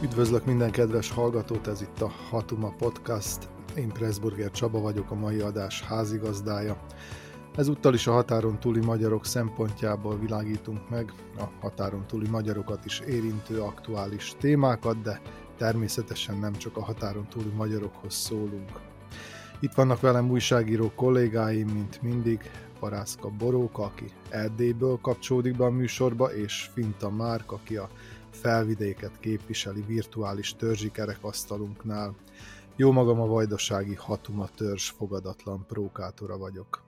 Üdvözlök minden kedves hallgatót, ez itt a Hatuma Podcast. Én Pressburger Csaba vagyok, a mai adás házigazdája. Ezúttal is a határon túli magyarok szempontjából világítunk meg a határon túli magyarokat is érintő aktuális témákat, de természetesen nem csak a határon túli magyarokhoz szólunk. Itt vannak velem újságíró kollégáim, mint mindig, Parászka Boróka, aki Erdélyből kapcsolódik be a műsorba, és Finta Márk, aki a Felvidéket képviseli virtuális törzsi kerekasztalunknál. Jó magam, a vajdasági Hatuma törzs fogadatlan prókátora vagyok.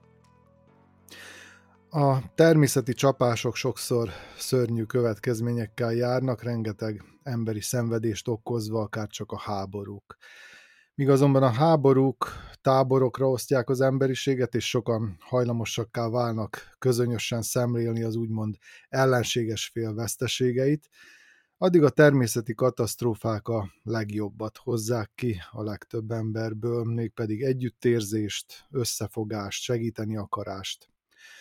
A természeti csapások sokszor szörnyű következményekkel járnak, rengeteg emberi szenvedést okozva, akár csak a háborúk. Míg azonban a háborúk táborokra osztják az emberiséget, és sokan hajlamosakká válnak közönösen szemlélni az úgymond ellenséges fél veszteségeit, addig a természeti katasztrófák a legjobbat hozzák ki a legtöbb emberből, mégpedig együttérzést, összefogást, segíteni akarást.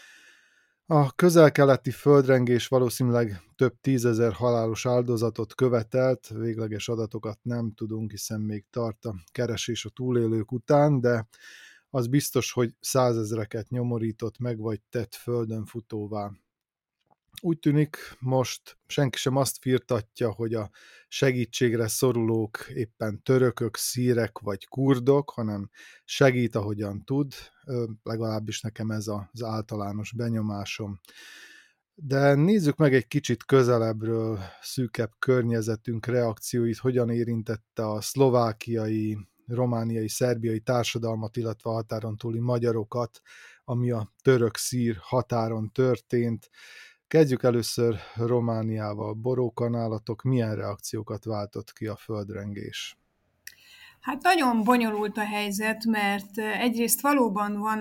A közel-keleti földrengés valószínűleg több tízezer halálos áldozatot követelt, végleges adatokat nem tudunk, hiszen még tart a keresés a túlélők után, de az biztos, hogy százezreket nyomorított meg, vagy tett földön futóvá. Úgy tűnik, most senki sem azt firtatja, hogy a segítségre szorulók éppen törökök, szírek vagy kurdok, hanem segít, ahogyan tud, legalábbis nekem ez az általános benyomásom. De nézzük meg egy kicsit közelebbről szűkebb környezetünk reakcióit, hogyan érintette a szlovákiai, romániai, szerbiai társadalmat, illetve a határon túli magyarokat, ami a török-szír határon történt. Kezdjük először Romániával. Boróka, nálatok milyen reakciókat váltott ki a földrengés? Hát nagyon bonyolult a helyzet, mert egyrészt valóban van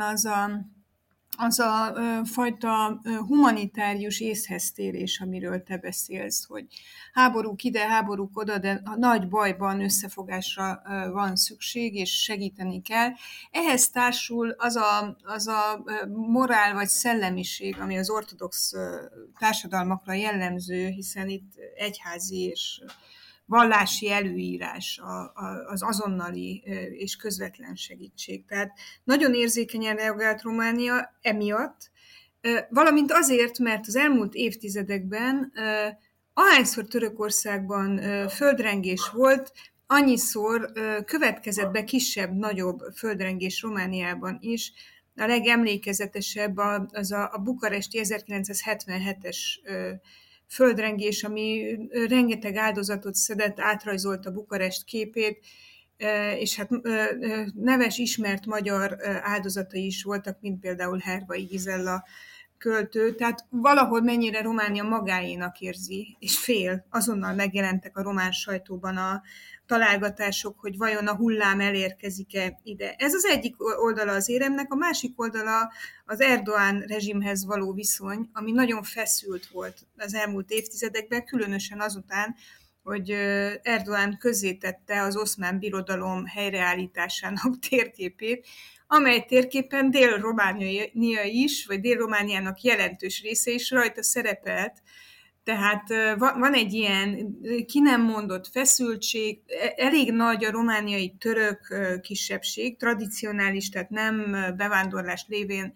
az a fajta humanitárius észheztérés, amiről te beszélsz, hogy háborúk ide, háborúk oda, de a nagy bajban összefogásra van szükség, és segíteni kell. Ehhez társul az a morál vagy szellemiség, ami az ortodox társadalmakra jellemző, hiszen itt egyházi és vallási előírás, az azonnali és közvetlen segítség. Tehát nagyon érzékenyen reagált Románia emiatt, valamint azért, mert az elmúlt évtizedekben ahányszor Törökországban földrengés volt, annyiszor következett be kisebb-nagyobb földrengés Romániában is. A legemlékezetesebb az a bukaresti 1977-es földrengés, ami rengeteg áldozatot szedett, átrajzolta Bukarest képét, és hát neves, ismert magyar áldozatai is voltak, mint például Hervai Gizella költő, tehát valahol mennyire Románia magáénak érzi, és fél. Azonnal megjelentek a román sajtóban a találgatások, hogy vajon a hullám elérkezik-e ide. Ez az egyik oldala az éremnek, a másik oldala az Erdoğan rezsimhez való viszony, ami nagyon feszült volt az elmúlt évtizedekben, különösen azután, hogy Erdoğan közzétette az Oszmán Birodalom helyreállításának térképét, amely térképen Dél-Románia is, vagy Dél-Romániának jelentős része is rajta szerepelt. Tehát van egy ilyen ki nem mondott feszültség, elég nagy a romániai török kisebbség, tradicionális, tehát nem bevándorlás lévén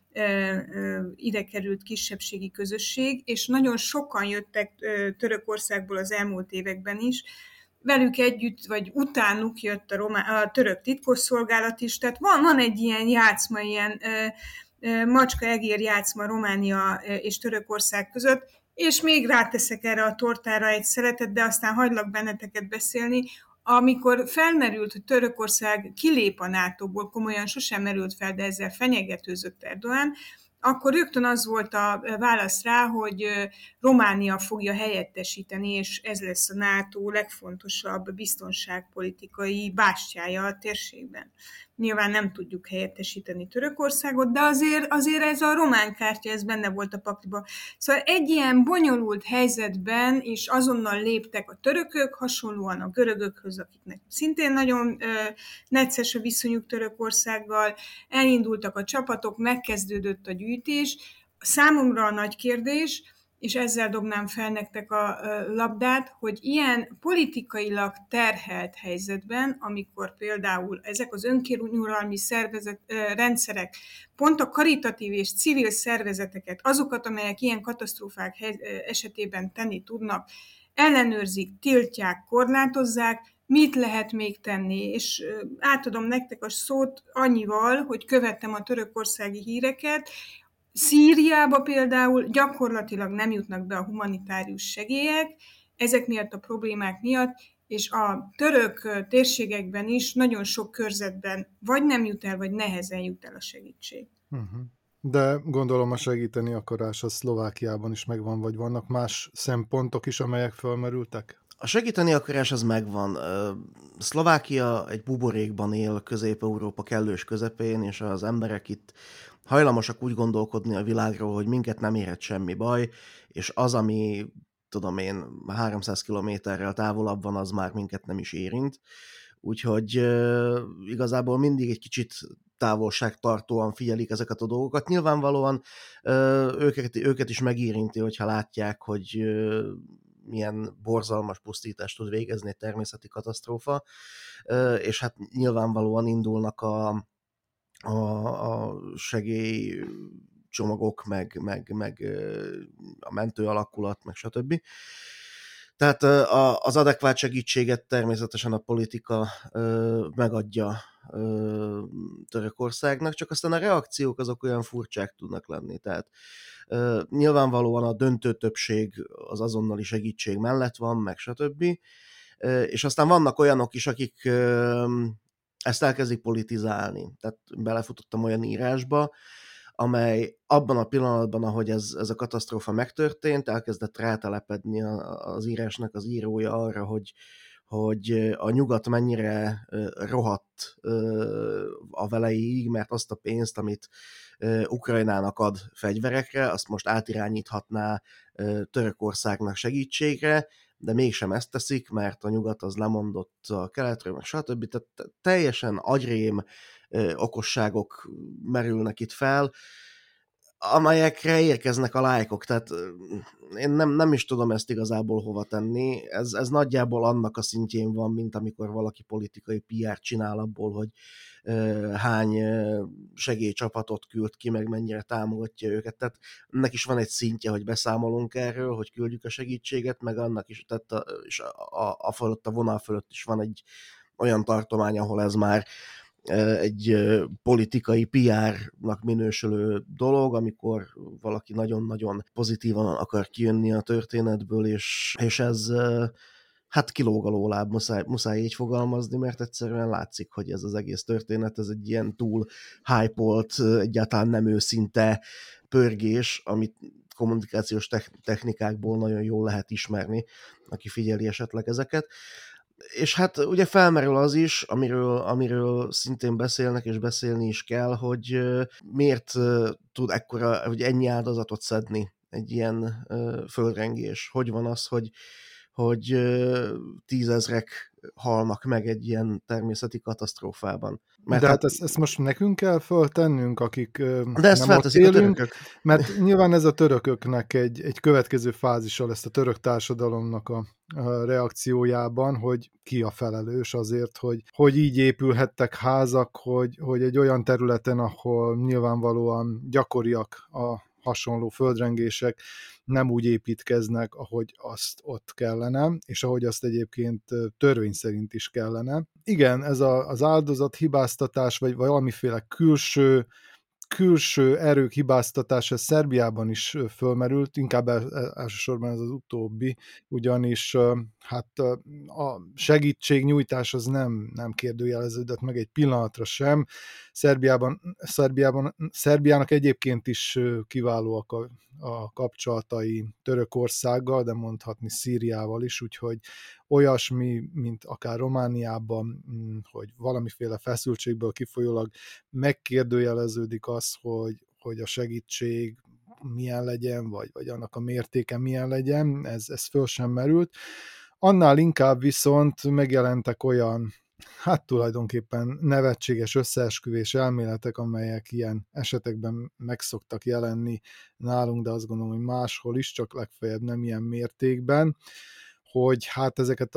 ide került kisebbségi közösség, és nagyon sokan jöttek Törökországból az elmúlt években is, velük együtt, vagy utánuk jött a török titkosszolgálat is, tehát van egy ilyen játszma, ilyen macska-egér játszma Románia és Törökország között, és még ráteszek erre a tortára egy szeletet, de aztán hagylak benneteket beszélni. Amikor felmerült, hogy Törökország kilép a NATO-ból, komolyan sosem merült fel, de ezzel fenyegetőzött Erdoğan, akkor rögtön az volt a válasz rá, hogy Románia fogja helyettesíteni, és ez lesz a NATO legfontosabb biztonságpolitikai bástyája a térségben. Nyilván nem tudjuk helyettesíteni Törökországot, de azért ez a román kártya, ez benne volt a pakliba. Szóval egy ilyen bonyolult helyzetben is azonnal léptek a törökök, hasonlóan a görögökhöz, akiknek szintén nagyon necces a viszonyuk Törökországgal, elindultak a csapatok, megkezdődött a gyűjtés. Számomra a nagy kérdés, és ezzel dobnám fel nektek a labdát, hogy ilyen politikailag terhelt helyzetben, amikor például ezek az önkényuralmi rendszerek pont a karitatív és civil szervezeteket, azokat, amelyek ilyen katasztrófák esetében tenni tudnak, ellenőrzik, tiltják, korlátozzák, mit lehet még tenni, és átadom nektek a szót annyival, hogy követtem a törökországi híreket. Szíriába például gyakorlatilag nem jutnak be a humanitárius segélyek, ezek miatt a problémák miatt, és a török térségekben is nagyon sok körzetben vagy nem jut el, vagy nehezen jut el a segítség. De gondolom a segíteni akarás a Szlovákiában is megvan, vagy vannak más szempontok is, amelyek felmerültek? A segíteni akarás az megvan. Szlovákia egy buborékban él Közép-Európa kellős közepén, és az emberek itt hajlamosak úgy gondolkodni a világról, hogy minket nem érhet semmi baj, és az, ami tudom én 300 kilométerrel távolabb van, az már minket nem is érint. Úgyhogy igazából mindig egy kicsit távolságtartóan figyelik ezeket a dolgokat. Nyilvánvalóan őket is megérinti, hogyha látják, hogy milyen borzalmas pusztítást tud végezni egy természeti katasztrófa, és hát nyilvánvalóan indulnak a segélycsomagok, meg a mentő alakulat, meg stb. Tehát az adekvát segítséget természetesen a politika megadja Törökországnak, csak aztán a reakciók azok olyan furcsák tudnak lenni. Tehát nyilvánvalóan a döntő többség az azonnali segítség mellett van, meg stb. És aztán vannak olyanok is, akik ezt elkezdik politizálni. Tehát belefutottam olyan írásba, amely abban a pillanatban, ahogy ez a katasztrófa megtörtént, elkezdett rátelepedni az írásnak az írója arra, hogy a nyugat mennyire rohadt a velejéig, mert azt a pénzt, amit Ukrajnának ad fegyverekre, azt most átirányíthatná Törökországnak segítségre, de mégsem ezt teszik, mert a nyugat az lemondott a keletről, meg stb. Tehát teljesen agyrém okosságok merülnek itt fel, amelyekre érkeznek a lájkok, tehát én nem is tudom ezt igazából hova tenni. Ez nagyjából annak a szintjén van, mint amikor valaki politikai PR csinál abból, hogy hány segélycsapatot küld ki, meg mennyire támogatja őket. Tehát ennek is van egy szintje, hogy beszámolunk erről, hogy küldjük a segítséget, meg annak is, tehát a fölött, a vonal fölött is van egy olyan tartomány, ahol ez már egy politikai PR-nak minősülő dolog, amikor valaki nagyon-nagyon pozitívan akar kijönni a történetből, és ez hát kilóg a lóláb, muszáj így fogalmazni, mert egyszerűen látszik, hogy ez az egész történet, ez egy ilyen túl hype-olt, egyáltalán nem őszinte pörgés, amit kommunikációs technikákból nagyon jól lehet ismerni, aki figyeli esetleg ezeket. És hát ugye felmerül az is, amiről szintén beszélnek, és beszélni is kell, hogy miért tud ekkora, hogy ennyi áldozatot szedni egy ilyen földrengés. Hogy van az, hogy tízezrek halnak meg egy ilyen természeti katasztrófában. Mert de hát ezt most nekünk kell föltennünk, akik de ezt nem ott élünk, mert nyilván ez a törököknek egy következő fázisa lesz a török társadalomnak a reakciójában, hogy ki a felelős azért, hogy így épülhettek házak, hogy egy olyan területen, ahol nyilvánvalóan gyakoriak a hasonló földrengések, nem úgy építkeznek, ahogy azt ott kellene, és ahogy azt egyébként törvény szerint is kellene. Igen, ez az áldozat hibáztatás, vagy valamiféle külső erők hibáztatása Szerbiában is fölmerült, inkább elsősorban ez az utóbbi, ugyanis hát a segítségnyújtás az nem kérdőjeleződött meg egy pillanatra sem. Szerbiának egyébként is kiválóak a kapcsolatai Törökországgal, de mondhatni Szíriával is, úgyhogy olyasmi, mint akár Romániában, hogy valamiféle feszültségből kifolyólag megkérdőjeleződik az, hogy a segítség milyen legyen, vagy annak a mértéke milyen legyen, ez föl sem merült. Annál inkább viszont megjelentek olyan Hát tulajdonképpen nevetséges összeesküvés elméletek, amelyek ilyen esetekben meg szoktak jelenni nálunk, de azt gondolom, hogy máshol is, csak legfeljebb nem ilyen mértékben, hogy hát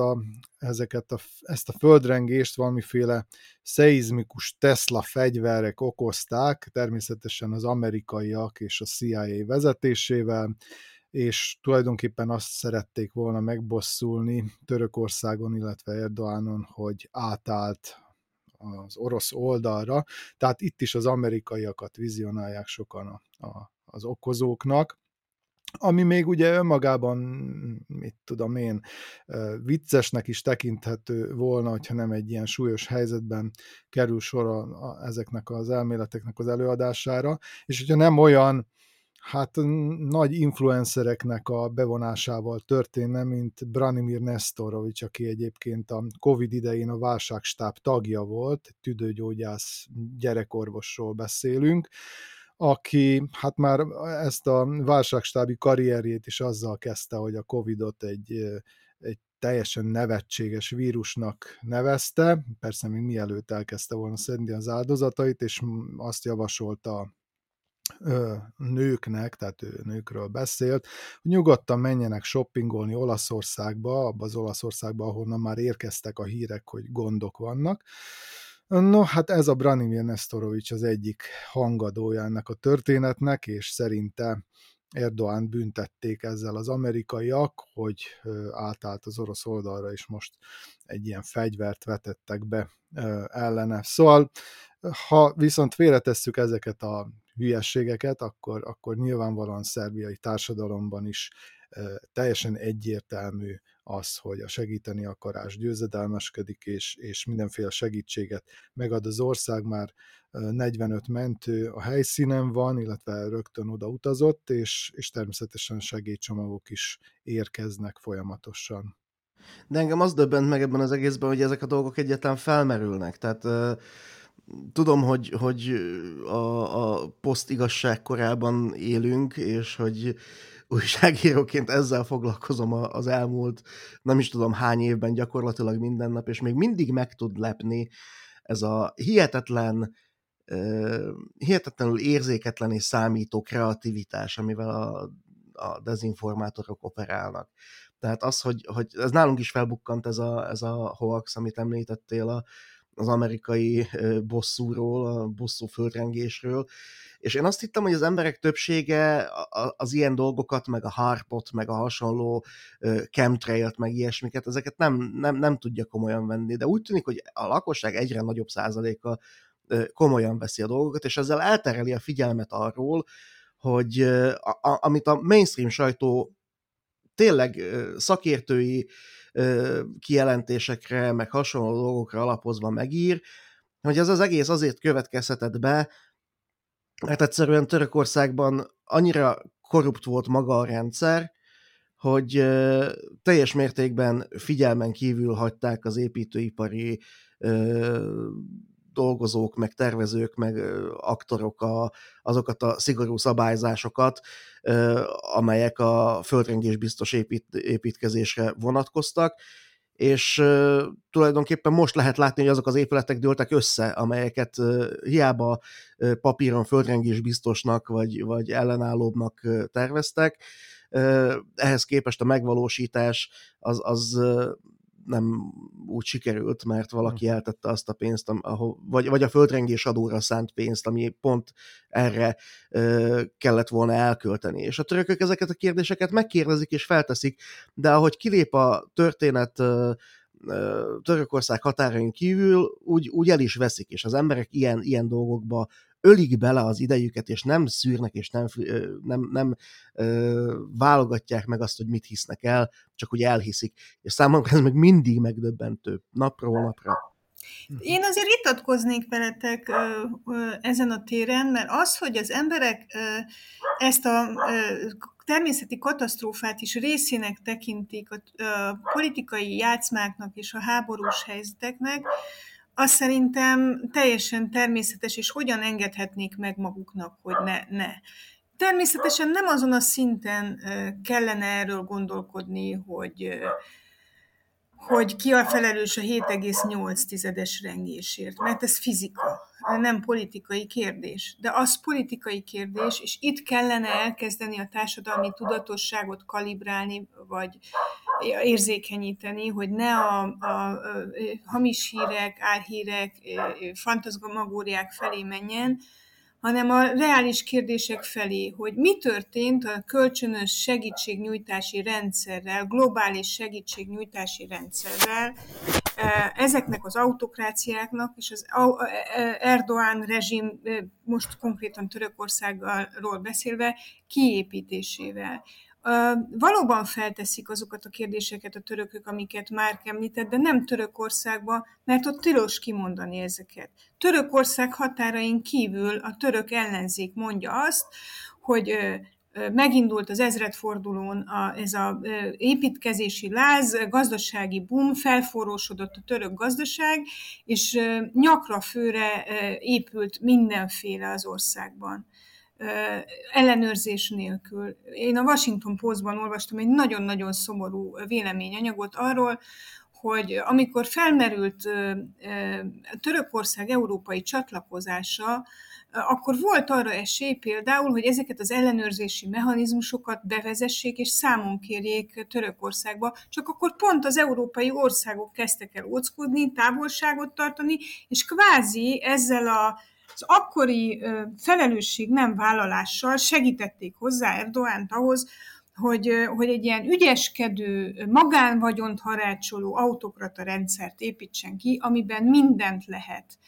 ezt a földrengést valamiféle szeizmikus Tesla fegyverek okozták, természetesen az amerikaiak és a CIA vezetésével, és tulajdonképpen azt szerették volna megbosszulni Törökországon, illetve Erdoğanon, hogy átállt az orosz oldalra. Tehát itt is az amerikaiakat vizionálják sokan az okozóknak, ami még ugye önmagában, mit tudom én, viccesnek is tekinthető volna, hogyha nem egy ilyen súlyos helyzetben kerül sor ezeknek az elméleteknek az előadására, és hogyha nem olyan nagy influencereknek a bevonásával történne, mint Branimir Nestorovics, aki egyébként a Covid idején a válságstáb tagja volt, tüdőgyógyász gyerekorvosról beszélünk, aki hát már ezt a válságstábi karrierjét is azzal kezdte, hogy a Covidot egy teljesen nevetséges vírusnak nevezte, persze még mielőtt elkezdte volna szedni az áldozatait, és azt javasolta nőknek, tehát ő nőkről beszélt, hogy nyugodtan menjenek shoppingolni Olaszországba, abba az Olaszországba, ahonnan már érkeztek a hírek, hogy gondok vannak. No, hát ez a Branimir Nestorovics az egyik hangadója ennek a történetnek, és szerinte Erdoğan büntették ezzel az amerikaiak, hogy átállt az orosz oldalra, és most egy ilyen fegyvert vetettek be ellene. Szóval, ha viszont félretesszük ezeket a hülyességeket, akkor nyilvánvalóan szerbiai társadalomban is teljesen egyértelmű az, hogy a segíteni akarás győzedelmeskedik, és mindenféle segítséget megad az ország. Már 45 mentő a helyszínen van, illetve rögtön oda utazott, és természetesen segélycsomagok is érkeznek folyamatosan. De engem az döbbent meg ebben az egészben, hogy ezek a dolgok egyáltalán felmerülnek. Tehát tudom, hogy a posztigazság korában élünk, és hogy újságíróként ezzel foglalkozom az elmúlt nem is tudom hány évben gyakorlatilag minden nap, és még mindig meg tud lepni ez a hihetetlenül érzéketlen és számító kreativitás, amivel a dezinformátorok operálnak. Tehát az, hogy ez nálunk is felbukkant ez a hoax, amit említettél az amerikai bosszúról, a bosszú földrengésről, és én azt hittem, hogy az emberek többsége az ilyen dolgokat, meg a harpot, meg a hasonló chemtrailt, meg ilyesmiket, ezeket nem tudja komolyan venni, de úgy tűnik, hogy a lakosság egyre nagyobb százaléka komolyan veszi a dolgokat, és ezzel eltereli a figyelmet arról, hogy amit a mainstream sajtó tényleg szakértői kijelentésekre, meg hasonló dolgokra alapozva megír, hogy ez az egész azért következhetett be, mert egyszerűen Törökországban annyira korrupt volt maga a rendszer, hogy teljes mértékben figyelmen kívül hagyták az építőipari dolgozók, meg tervezők, meg aktorok azokat a szigorú szabályzásokat, amelyek a földrengés biztos építkezésre vonatkoztak, és tulajdonképpen most lehet látni, hogy azok az épületek dőltek össze, amelyeket hiába papíron földrengés biztosnak, vagy ellenállóbbnak terveztek. Ehhez képest a megvalósítás az nem úgy sikerült, mert valaki eltette azt a pénzt, vagy a földrengés adóra szánt pénzt, ami pont erre kellett volna elkölteni. És a törökök ezeket a kérdéseket megkérdezik és felteszik, de ahogy kilép a történet Törökország határain kívül, úgy el is veszik, és az emberek ilyen dolgokba ölik bele az idejüket, és nem szűrnek, és nem válogatják meg azt, hogy mit hisznek el, csak úgy elhiszik. És számomra ez meg mindig megdöbbentő, napról napra. Én azért vitatkoznék veletek ezen a téren, mert az, hogy az emberek ezt a természeti katasztrófát is részének tekintik a politikai játszmáknak és a háborús helyzeteknek, az szerintem teljesen természetes, és hogyan engedhetnék meg maguknak, hogy ne. Természetesen nem azon a szinten kellene erről gondolkodni, hogy ki a felelős a 7,8-es rengésért, mert ez fizika, nem politikai kérdés. De az politikai kérdés, és itt kellene elkezdeni a társadalmi tudatosságot kalibrálni, vagy érzékenyíteni, hogy ne a hamis hírek, álhírek, fantazmagóriák felé menjen, hanem a reális kérdések felé, hogy mi történt a kölcsönös segítségnyújtási rendszerrel, globális segítségnyújtási rendszerrel, ezeknek az autokráciáknak és az Erdoğan rezsim, most konkrétan Törökországról beszélve, kiépítésével. Valóban felteszik azokat a kérdéseket a törökök, amiket már említett, de nem Törökországban, mert ott tilos kimondani ezeket. Törökország határain kívül a török ellenzék mondja azt, hogy megindult az ezredfordulón ez az építkezési láz, gazdasági boom, felforrósodott a török gazdaság, és nyakra főre épült mindenféle az országban. Ellenőrzés nélkül. Én a Washington Postban olvastam egy nagyon-nagyon szomorú véleményanyagot arról, hogy amikor felmerült Törökország európai csatlakozása, akkor volt arra esély például, hogy ezeket az ellenőrzési mechanizmusokat bevezessék és számon kérjék Törökországba, csak akkor pont az európai országok kezdtek el óckodni, távolságot tartani, és kvázi ezzel az akkori felelősség nem vállalással segítették hozzá Erdoğant ahhoz, hogy egy ilyen ügyeskedő, magánvagyont harácsoló autokrata rendszert építsen ki, amiben mindent lehet.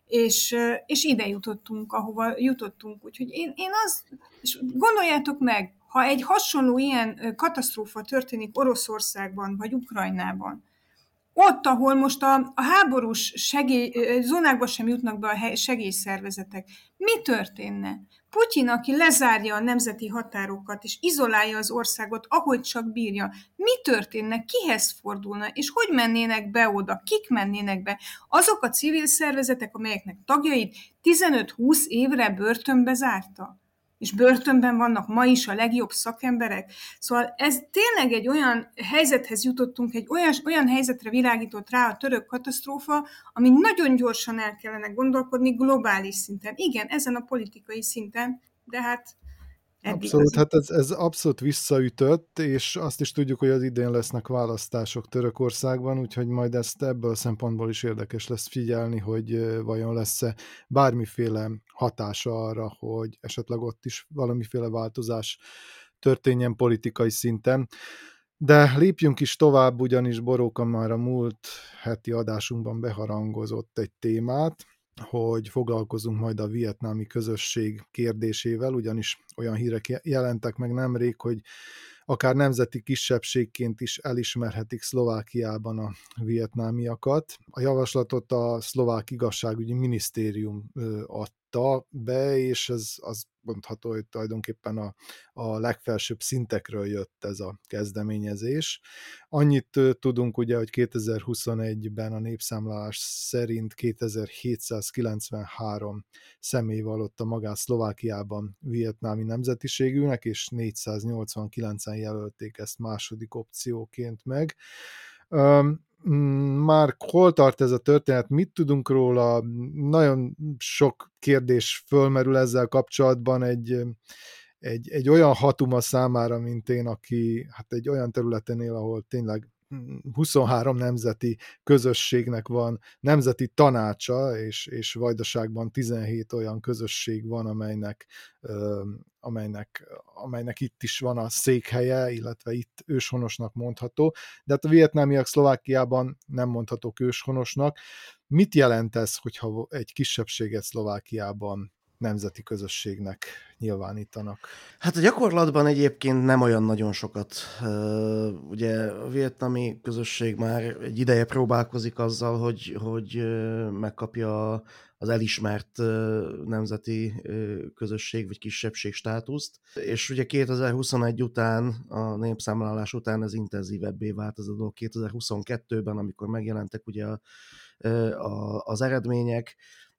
És ide jutottunk, ahova jutottunk. Úgyhogy én azt, és gondoljátok meg, ha egy hasonló ilyen katasztrófa történik Oroszországban vagy Ukrajnában, ott, ahol most a háborús zónákba sem jutnak be a segélyszervezetek, mi történne? Putyin, aki lezárja a nemzeti határokat, és izolálja az országot, ahogy csak bírja, mi történne? Kihez fordulna? És hogy mennének be oda? Kik mennének be? Azok a civil szervezetek, amelyeknek tagjait 15-20 évre börtönbe zárta? És börtönben vannak ma is a legjobb szakemberek. Szóval ez tényleg egy olyan helyzethez jutottunk, egy olyan helyzetre világított rá a török katasztrófa, ami nagyon gyorsan el kellene gondolkodni globális szinten. Igen, ezen a politikai szinten, de hát abszolút, hát ez abszolút visszaütött, és azt is tudjuk, hogy az idén lesznek választások Törökországban, úgyhogy majd ezt ebből a szempontból is érdekes lesz figyelni, hogy vajon lesz-e bármiféle hatása arra, hogy esetleg ott is valamiféle változás történjen politikai szinten. De lépjünk is tovább, ugyanis Boróka már a múlt heti adásunkban beharangozott egy témát, hogy foglalkozunk majd a vietnámi közösség kérdésével, ugyanis olyan hírek jelentek meg nemrég, hogy akár nemzeti kisebbségként is elismerhetik Szlovákiában a vietnámiakat. A javaslatot a szlovák igazságügyi minisztérium adta be, és ez az mondható, hogy tulajdonképpen a legfelsőbb szintekről jött ez a kezdeményezés. Annyit tudunk ugye, hogy 2021-ben a népszámlálás szerint 2793 személy vallotta magát Szlovákiában vietnámi nemzetiségűnek, és 489-en jelölték ezt második opcióként meg. Már hol tart ez a történet, mit tudunk róla? Nagyon sok kérdés fölmerül ezzel kapcsolatban egy olyan hatuma számára, mint én, aki hát egy olyan területen él, ahol tényleg 23 nemzeti közösségnek van nemzeti tanácsa, és Vajdaságban 17 olyan közösség van, amelynek itt is van a székhelye, illetve itt őshonosnak mondható, de hát a vietnámiak Szlovákiában nem mondhatók őshonosnak. Mit jelent ez, hogyha egy kisebbséget Szlovákiában nemzeti közösségnek nyilvánítanak? Hát a gyakorlatban egyébként nem olyan nagyon sokat. Ugye a vietnami közösség már egy ideje próbálkozik azzal, hogy megkapja az elismert nemzeti közösség vagy kisebbség státuszt, és ugye 2021 után, a népszámlálás után ez intenzívebbé vált ez a dolog 2022-ben, amikor megjelentek ugye az eredmények,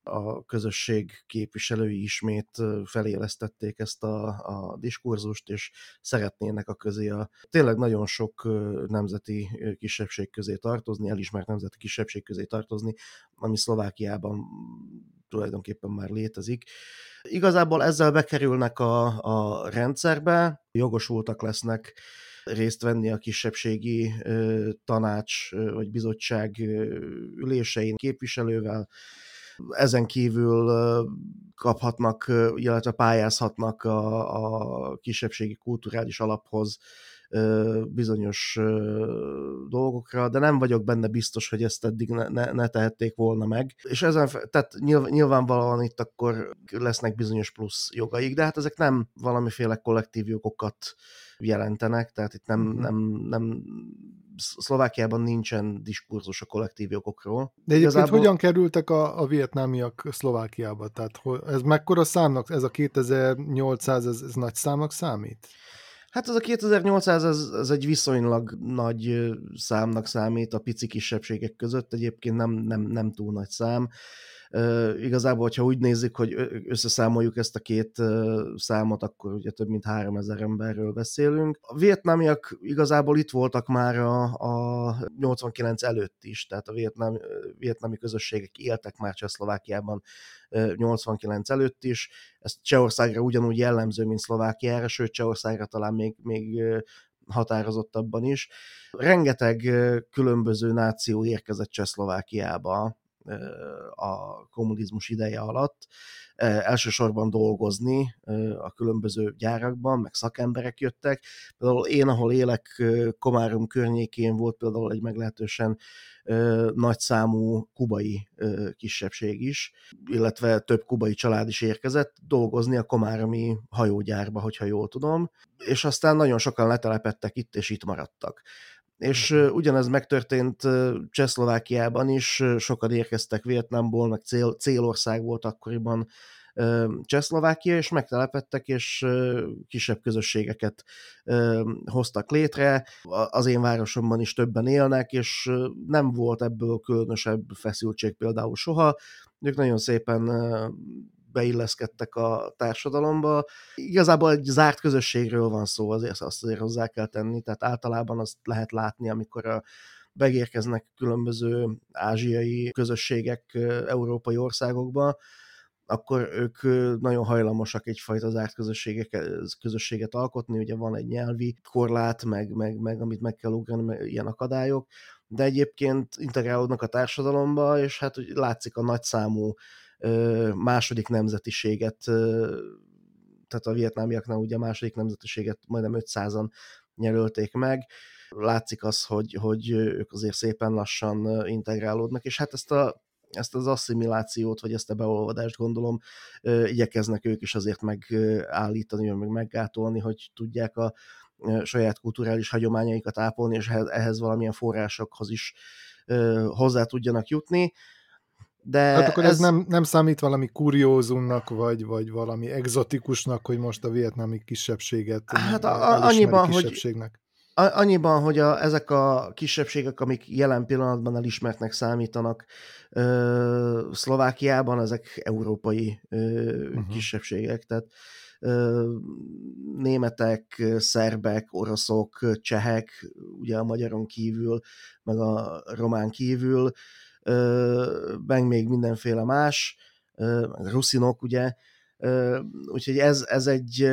a közösség képviselői ismét felélesztették ezt a diskurzust, és szeretnének a közé tényleg nagyon sok nemzeti kisebbség közé tartozni, elismert nemzeti kisebbség közé tartozni, ami Szlovákiában tulajdonképpen már létezik. Igazából ezzel bekerülnek a rendszerbe, jogosultak lesznek részt venni a kisebbségi tanács vagy bizottság ülésein képviselővel. Ezen kívül kaphatnak, illetve pályázhatnak a kisebbségi kulturális alaphoz bizonyos dolgokra, de nem vagyok benne biztos, hogy ezt eddig ne tehették volna meg. És tehát nyilvánvalóan itt akkor lesznek bizonyos plusz jogaik, de hát ezek nem valamiféle kollektív jogokat jelentenek, tehát itt nem Szlovákiában nincsen diskurzus a kollektív jogokról. De egyébként hogyan kerültek a vietnámiak Szlovákiába? Tehát ez mekkora számnak, ez a 2800, ez nagy számnak számít? Hát ez a 2800, ez egy viszonylag nagy számnak számít a pici kisebbségek között, egyébként nem túl nagy szám. Igazából, hogyha úgy nézzük, hogy összeszámoljuk ezt a két számot, akkor ugye több mint 3000 emberről beszélünk. A vietnámiak igazából itt voltak már a 89 előtt is, tehát a vietnámi közösségek éltek már Csehszlovákiában 89 előtt is. Ez Csehországra ugyanúgy jellemző, mint Szlovákiára, sőt Csehországra talán még határozottabban is. Rengeteg különböző náció érkezett Csehszlovákiába a kommunizmus ideje alatt, elsősorban dolgozni a különböző gyárakban, meg szakemberek jöttek. Például én, ahol élek, Komárom környékén volt például egy meglehetősen nagyszámú kubai kisebbség is, illetve több kubai család is érkezett dolgozni a komáromi hajógyárba, hogyha jól tudom, és aztán nagyon sokan letelepedtek itt, és itt maradtak. És ugyanez megtörtént Csehszlovákiában is, sokan érkeztek Vietnámból, meg célország volt akkoriban Csehszlovákia, és megtelepedtek, és kisebb közösségeket hoztak létre. Az én városomban is többen élnek, és nem volt ebből különösebb feszültség például soha. Ők nagyon szépen beilleszkedtek a társadalomba. Igazából egy zárt közösségről van szó, azt azért hozzá kell tenni, tehát általában azt lehet látni, amikor megérkeznek különböző ázsiai közösségek európai országokba, akkor ők nagyon hajlamosak egyfajta zárt közösséget alkotni, ugye van egy nyelvi korlát, meg amit meg kell ugrani, ilyen akadályok, de egyébként integrálódnak a társadalomba, és hát látszik a nagyszámú második nemzetiséget, tehát a vietnámiaknál ugye a második nemzetiséget majdnem 500-an jelölték meg. Látszik az, hogy ők azért szépen lassan integrálódnak, és hát ezt az asszimilációt, vagy ezt a beolvadást gondolom, igyekeznek ők is azért megállítani, meg meggátolni, hogy tudják a saját kulturális hagyományaikat ápolni, és ehhez valamilyen forrásokhoz is hozzá tudjanak jutni. De hát akkor ez nem számít valami kuriózumnak, vagy valami egzotikusnak, hogy most a vietnámi kisebbséget annyiban, kisebbségnek? Annyiban, hogy ezek a kisebbségek, amik jelen pillanatban elismertnek számítanak Szlovákiában, ezek európai kisebbségek, tehát németek, szerbek, oroszok, csehek, ugye a magyaron kívül, meg a román kívül, meg még mindenféle más, ruszinok, ugye, úgyhogy ez egy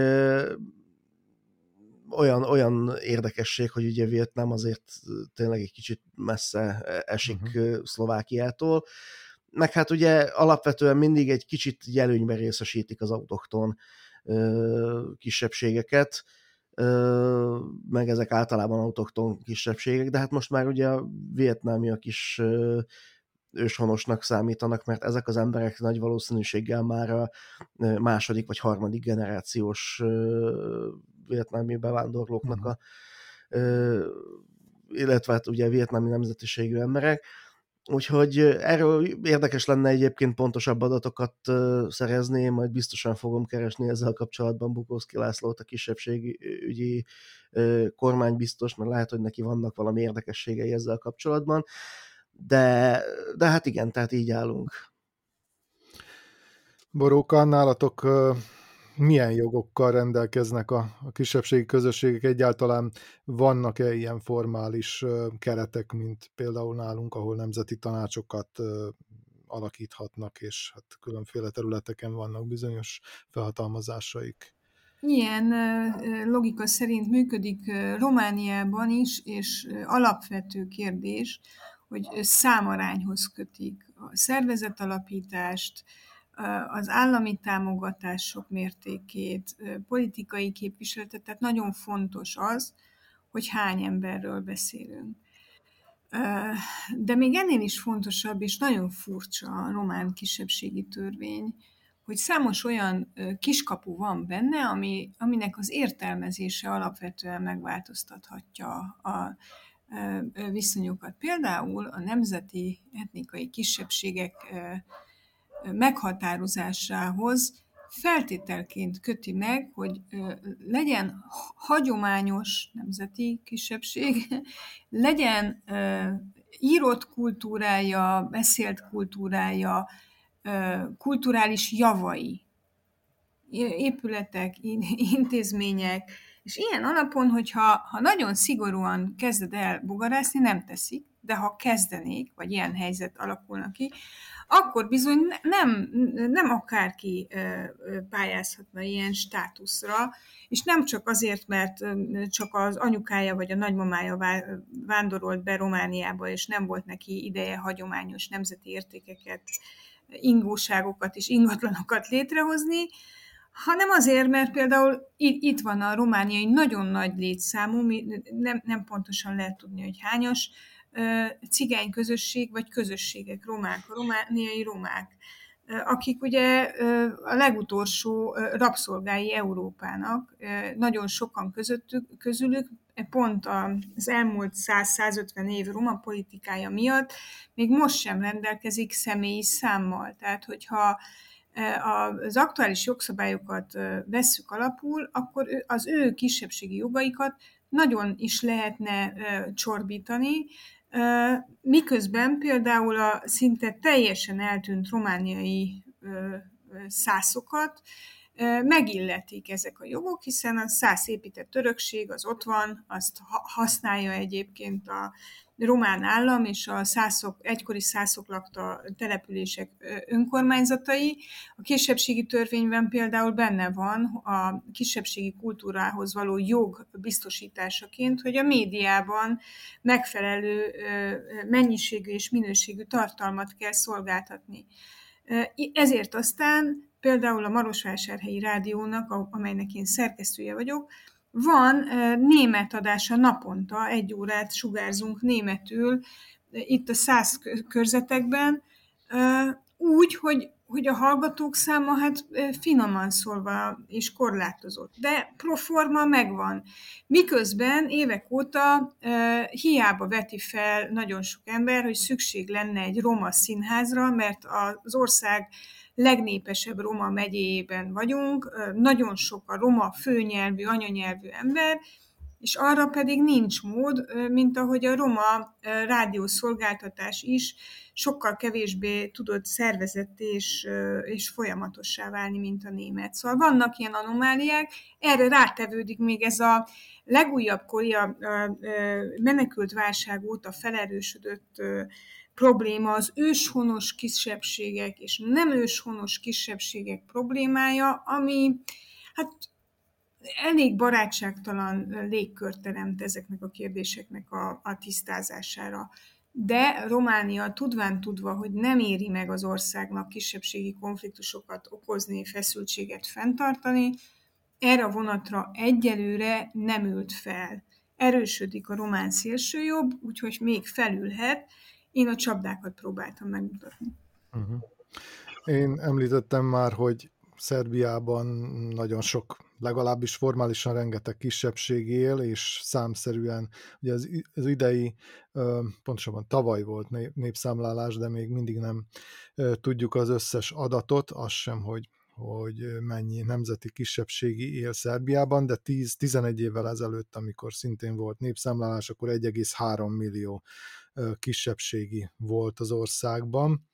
olyan érdekesség, hogy ugye Vietnám azért tényleg egy kicsit messze esik Szlovákiától, meg hát ugye alapvetően mindig egy kicsit előnyben részesítik az autochton kisebbségeket, meg ezek általában autochton kisebbségek, de hát most már ugye a vietnámiak is őshonosnak számítanak, mert ezek az emberek nagy valószínűséggel már a második vagy harmadik generációs vietnámi bevándorlóknak illetve hát ugye vietnámi nemzetiségű emberek. Úgyhogy erről érdekes lenne egyébként pontosabb adatokat szerezni, majd biztosan fogom keresni ezzel kapcsolatban Bukowski Lászlót, a kisebbségügyi kormánybiztos, mert lehet, hogy neki vannak valami érdekességei ezzel kapcsolatban, de hát igen, tehát így állunk. Boróka, nálatok milyen jogokkal rendelkeznek a kisebbségi közösségek? Egyáltalán vannak-e ilyen formális keretek, mint például nálunk, ahol nemzeti tanácsokat alakíthatnak, és hát különféle területeken vannak bizonyos felhatalmazásaik? Ilyen logika szerint működik Romániában is, és alapvető kérdés, hogy számarányhoz kötik a szervezetalapítást, az állami támogatások mértékét, politikai képviseletet, tehát nagyon fontos az, hogy hány emberről beszélünk. De még ennél is fontosabb, és nagyon furcsa a román kisebbségi törvény, hogy számos olyan kiskapu van benne, aminek az értelmezése alapvetően megváltoztathatja a viszonyokat. Például a nemzeti etnikai kisebbségek meghatározásához feltételként köti meg, hogy legyen hagyományos nemzeti kisebbség, legyen írott kultúrája, beszélt kultúrája, kulturális javai, épületek, intézmények, és ilyen alapon, hogyha nagyon szigorúan kezded el bogarászni, nem teszik, de ha kezdenék, vagy ilyen helyzet alakulna ki, akkor bizony nem akárki pályázhatna ilyen státuszra, és nem csak azért, mert csak az anyukája vagy a nagymamája vándorolt be Romániába, és nem volt neki ideje hagyományos nemzeti értékeket, ingóságokat és ingatlanokat létrehozni, hanem azért, mert például itt van a romániai nagyon nagy létszámú, nem pontosan lehet tudni, hogy hányas, cigány közösség vagy közösségek, romák, a romániai romák, akik ugye a legutolsó rabszolgái Európának, nagyon sokan közülük pont az elmúlt 100-150 év roma politikája miatt még most sem rendelkezik személyi számmal. Tehát, hogyha az aktuális jogszabályokat vesszük alapul, akkor az ő kisebbségi jogaikat nagyon is lehetne csorbítani, miközben például a szinte teljesen eltűnt romániai szászokat megilletik ezek a jogok, hiszen a szász épített örökség az ott van, azt használja egyébként a román állam és a egykori szászok lakta települések önkormányzatai. A kisebbségi törvényben például benne van a kisebbségi kultúrához való jog biztosításaként, hogy a médiában megfelelő mennyiségű és minőségű tartalmat kell szolgáltatni. Ezért aztán például a Marosvásárhelyi Rádiónak, amelynek én szerkesztője vagyok, van német adása naponta, 1 órát sugárzunk németül itt a szász körzetekben, úgy, hogy a hallgatók száma hát finoman szólva és korlátozott, de proforma megvan. Miközben évek óta hiába veti fel nagyon sok ember, hogy szükség lenne egy roma színházra, mert az ország legnépesebb roma megyéjében vagyunk, nagyon sok a roma főnyelvű, anyanyelvű ember, és arra pedig nincs mód, mint ahogy a roma rádiószolgáltatás is sokkal kevésbé tudott szervezett és folyamatossá válni, mint a német. Szóval vannak ilyen anomáliák, erre rátevődik még ez a legújabb kori a menekült válság óta felerősödött probléma, az őshonos kisebbségek és nem őshonos kisebbségek problémája, ami hát elég barátságtalan légkört teremt ezeknek a kérdéseknek a tisztázására. De Románia tudva, hogy nem éri meg az országnak kisebbségi konfliktusokat okozni, feszültséget fenntartani, erre a vonatra egyelőre nem ült fel. Erősödik a román szélsőjobb, úgyhogy még felülhet. Én a csapdákat próbáltam megmutatni. Uh-huh. Én említettem már, hogy Szerbiában nagyon sok, legalábbis formálisan rengeteg kisebbség él, és számszerűen, ugye az idei, pontosabban tavaly volt népszámlálás, de még mindig nem tudjuk az összes adatot, az sem, hogy mennyi nemzeti kisebbségi él Szerbiában, de 10-11 évvel ezelőtt, amikor szintén volt népszámlálás, akkor 1,3 millió kisebbségi volt az országban.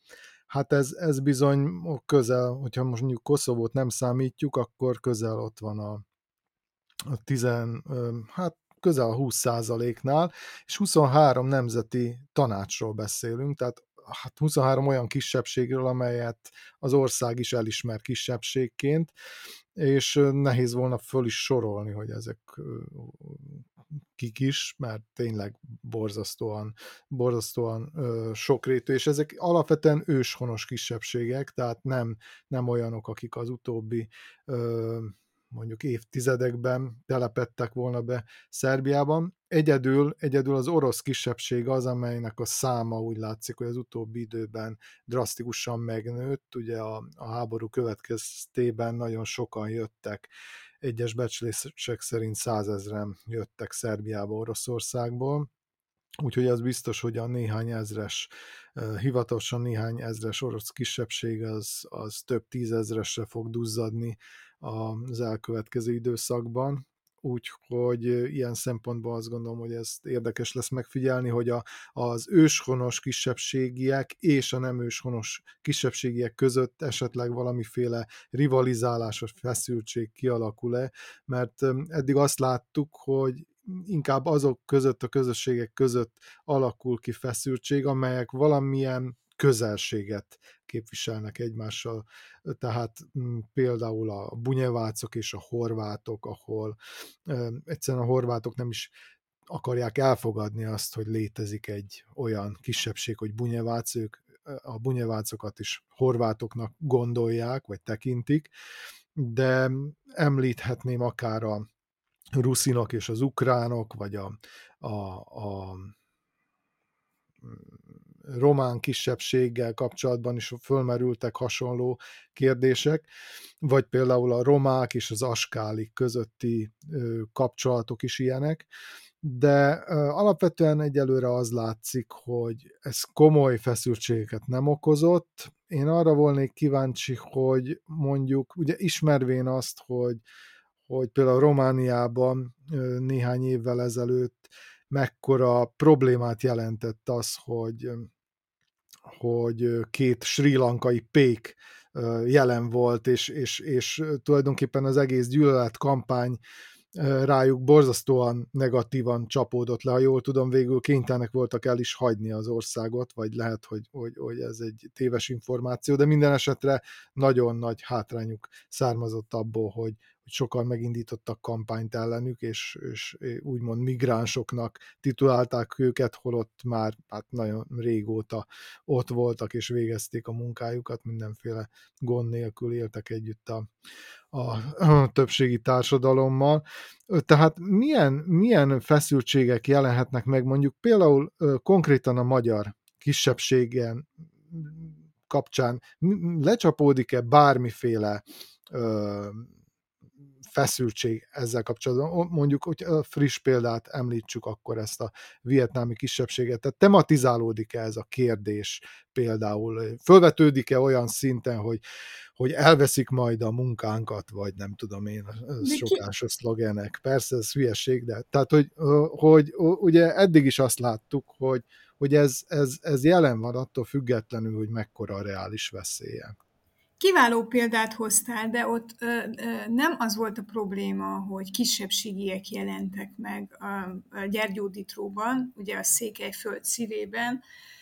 Hát ez bizony közel, hogyha most mondjuk Koszovót nem számítjuk, akkor közel ott van a hát közel a 20%-nál, és 23 nemzeti tanácsról beszélünk, tehát hát 23 olyan kisebbségről, amelyet az ország is elismer kisebbségként, és nehéz volna föl is sorolni, hogy ezek kik is, mert tényleg borzasztóan sokrétű, és ezek alapvetően őshonos kisebbségek, tehát nem olyanok, akik az utóbbi mondjuk évtizedekben telepedtek volna be Szerbiában. Egyedül az orosz kisebbség az, amelynek a száma úgy látszik, hogy az utóbbi időben drasztikusan megnőtt. Ugye a háború következtében nagyon sokan jöttek, egyes becslések szerint 100 000-en jöttek Szerbiába Oroszországból, úgyhogy az biztos, hogy a néhány ezres, hivatalosan néhány ezres orosz kisebbség az több tízezresre fog duzzadni az elkövetkező időszakban. Úgyhogy ilyen szempontból azt gondolom, hogy ezt érdekes lesz megfigyelni, hogy az őshonos kisebbségiek és a nem őshonos kisebbségiek között esetleg valamiféle rivalizálás vagy feszültség kialakul-e, mert eddig azt láttuk, hogy inkább azok között, a közösségek között alakul ki feszültség, amelyek valamilyen közelséget képviselnek egymással. Tehát például a bunyevácok és a horvátok, ahol egyszerűen a horvátok nem is akarják elfogadni azt, hogy létezik egy olyan kisebbség, hogy bunyevác, ők a bunyevácokat is horvátoknak gondolják, vagy tekintik, de említhetném akár a ruszinok és az ukránok, vagy a román kisebbséggel kapcsolatban is fölmerültek hasonló kérdések, vagy például a romák és az askálik közötti kapcsolatok is ilyenek, de alapvetően egyelőre az látszik, hogy ez komoly feszültségeket nem okozott. Én arra volnék kíváncsi, hogy mondjuk, ugye ismervén azt, hogy például Romániában néhány évvel ezelőtt mekkora problémát jelentett az, hogy két srí lankai pék jelen volt, és tulajdonképpen az egész gyűlöletkampány rájuk borzasztóan negatívan csapódott le. Ha jól tudom, végül kénytelenek voltak el is hagyni az országot, vagy lehet, hogy ez egy téves információ, de minden esetre nagyon nagy hátrányuk származott abból, hogy sokan megindítottak kampányt ellenük, és úgymond migránsoknak titulálták őket, holott már hát nagyon régóta ott voltak, és végezték a munkájukat, mindenféle gond nélkül éltek együtt a többségi társadalommal. Tehát milyen feszültségek jelenhetnek meg mondjuk például konkrétan a magyar kisebbségen kapcsán? Lecsapódik-e bármiféle feszültség ezzel kapcsolatban? Mondjuk, hogy a friss példát említsük, akkor ezt a vietnámi kisebbséget. Tehát tematizálódik-e ez a kérdés például? Fölvetődik-e olyan szinten, hogy elveszik majd a munkánkat, vagy nem tudom én, szokásos szlogenek. Persze, ez hülyeség, de tehát, hogy ugye eddig is azt láttuk, hogy ez jelen van attól függetlenül, hogy mekkora a reális veszélye. Kiváló példát hoztál, de ott nem az volt a probléma, hogy kisebbségiek jelentek meg a Gyergyóditróban, ugye a Székelyföld szívében.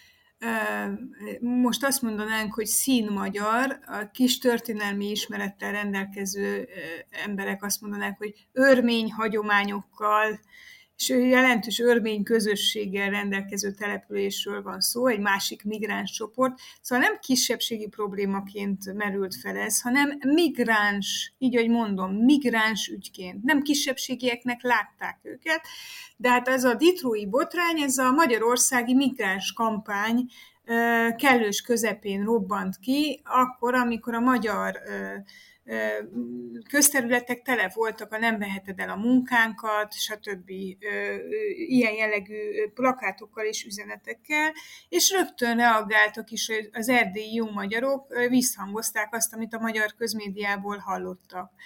Most azt mondanánk, hogy színmagyar, a kis történelmi ismerettel rendelkező emberek azt mondanák, hogy örmény hagyományokkal, és jelentős örmény közösséggel rendelkező településről van szó, egy másik migráns csoport. Szóval nem kisebbségi problémaként merült fel ez, hanem migráns, így ahogy mondom, migráns ügyként. Nem kisebbségieknek látták őket, de hát ez a ditrói botrány, ez a magyarországi migráns kampány kellős közepén robbant ki, akkor, amikor a magyar közterületek tele voltak a nem veheted el a munkánkat, stb. Ilyen jellegű plakátokkal és üzenetekkel, és rögtön reagáltak is az erdélyi jó magyarok, visszhangozták azt, amit a magyar közmédiából hallottak.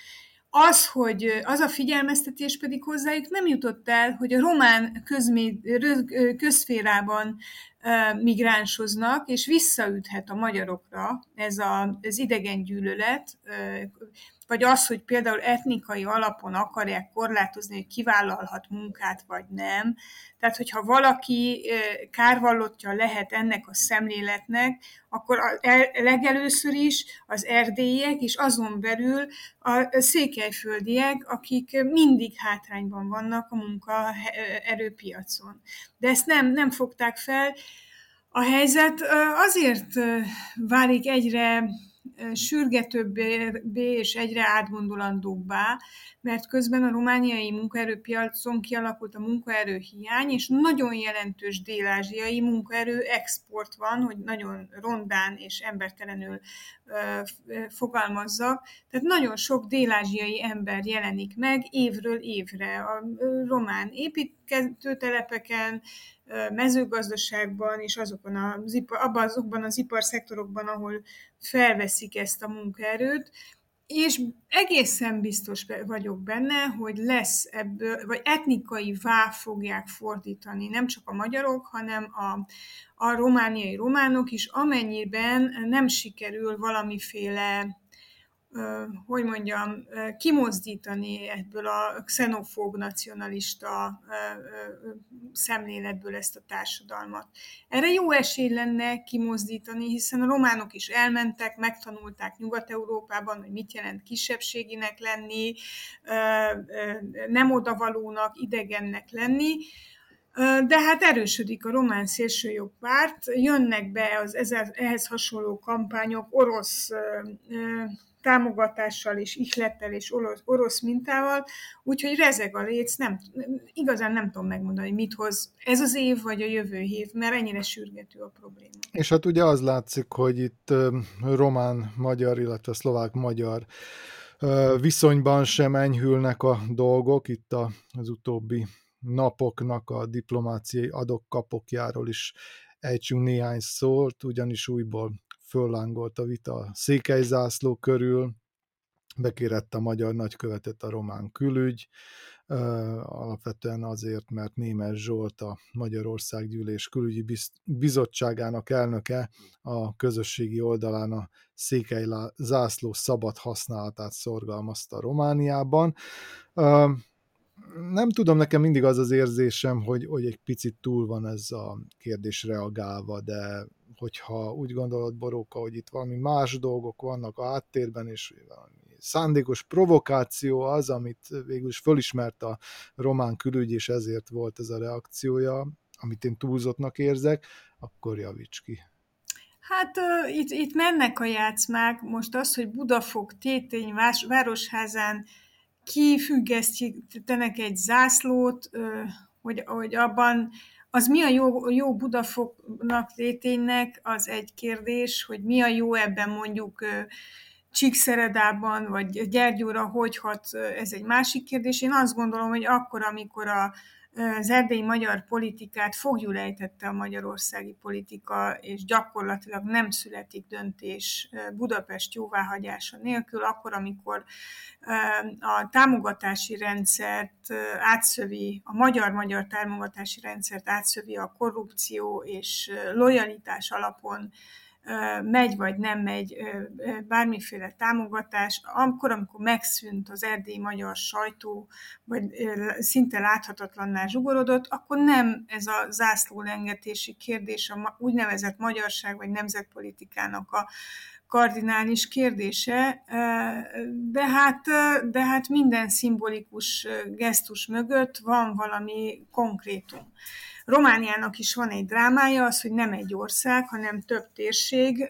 az a figyelmeztetés pedig hozzájuk nem jutott el, hogy a román közszférában migránsoznak, és visszaüthet a magyarokra ez az idegengyűlölet, vagy az, hogy például etnikai alapon akarják korlátozni, hogy kivállalhat munkát, vagy nem. Tehát, hogyha valaki kárvallottja lehet ennek a szemléletnek, akkor legelőször is az erdélyiek, és azon belül a székelyföldiek, akik mindig hátrányban vannak a munkaerőpiacon. De ezt nem fogták fel. A helyzet azért válik egyre sürgetőbbé és egyre átgondolandóbbá, mert közben a romániai munkaerőpiacon kialakult a munkaerőhiány, és nagyon jelentős dél-ázsiai munkaerő export van, hogy nagyon rondán és embertelenül fogalmazzak. Tehát nagyon sok dél-ázsiai ember jelenik meg évről évre a román építőtelepeken, mezőgazdaságban és azokban az iparszektorokban, ahol felveszik ezt a munkaerőt, és egészen biztos vagyok benne, hogy lesz ebből, vagy etnikaivá fogják fordítani nem csak a magyarok, hanem a romániai románok is, amennyiben nem sikerül valamiféle kimozdítani ebből a xenofób, nacionalista szemléletből ezt a társadalmat. Erre jó esély lenne kimozdítani, hiszen a románok is elmentek, megtanulták Nyugat-Európában, hogy mit jelent kisebbséginek lenni, nem odavalónak, idegennek lenni, de hát erősödik a román szélsőjobbpárt, jönnek be az ehhez hasonló kampányok orosz támogatással és ihlettel és orosz mintával, úgyhogy rezeg a léc, igazán nem tudom megmondani, hogy mit hoz ez az év vagy a jövő év, mert ennyire sürgető a probléma. És hát ugye az látszik, hogy itt román-magyar, illetve szlovák-magyar viszonyban sem enyhülnek a dolgok, itt az utóbbi napoknak a diplomáciai adok-kapokjáról is ejtsünk néhány szót, ugyanis újból föllángolt a vita a székelyzászló körül, bekérett a magyar nagykövetet a román külügy, alapvetően azért, mert Németh Zsolt, a Magyarországgyűlés külügyi bizottságának elnöke a közösségi oldalán a székelyzászló szabad használatát szorgalmazta Romániában. Nem tudom, nekem mindig az az érzésem, hogy egy picit túl van ez a kérdés reagálva, de hogyha úgy gondolod, Boróka, hogy itt valami más dolgok vannak a háttérben, és valami szándékos provokáció az, amit végül is fölismert a román külügy, és ezért volt ez a reakciója, amit én túlzottnak érzek, akkor javíts ki. Hát itt mennek a játszmák. Most az, hogy Budafok, Tétény, Városházán kifüggesztenek egy zászlót, hogy abban az mi a jó Budafoknak, Téténynek, az egy kérdés, hogy mi a jó ebben mondjuk Csíkszeredában, vagy Gyergyóra hogy hat, ez egy másik kérdés. Én azt gondolom, hogy akkor, amikor az erdélyi magyar politikát foglyul ejtette a magyarországi politika, és gyakorlatilag nem születik döntés Budapest jóváhagyása nélkül, akkor, amikor a támogatási rendszert átszövi, a magyar-magyar támogatási rendszert átszövi a korrupció és lojalitás alapon megy vagy nem megy bármiféle támogatás, akkor, amikor megszűnt az erdélyi magyar sajtó, vagy szinte láthatatlanná zsugorodott, akkor nem ez a zászlólengetési kérdés, a úgynevezett magyarság vagy nemzetpolitikának a kardinális kérdése, de hát minden szimbolikus gesztus mögött van valami konkrétum. Romániának is van egy drámája, az, hogy nem egy ország, hanem több térség.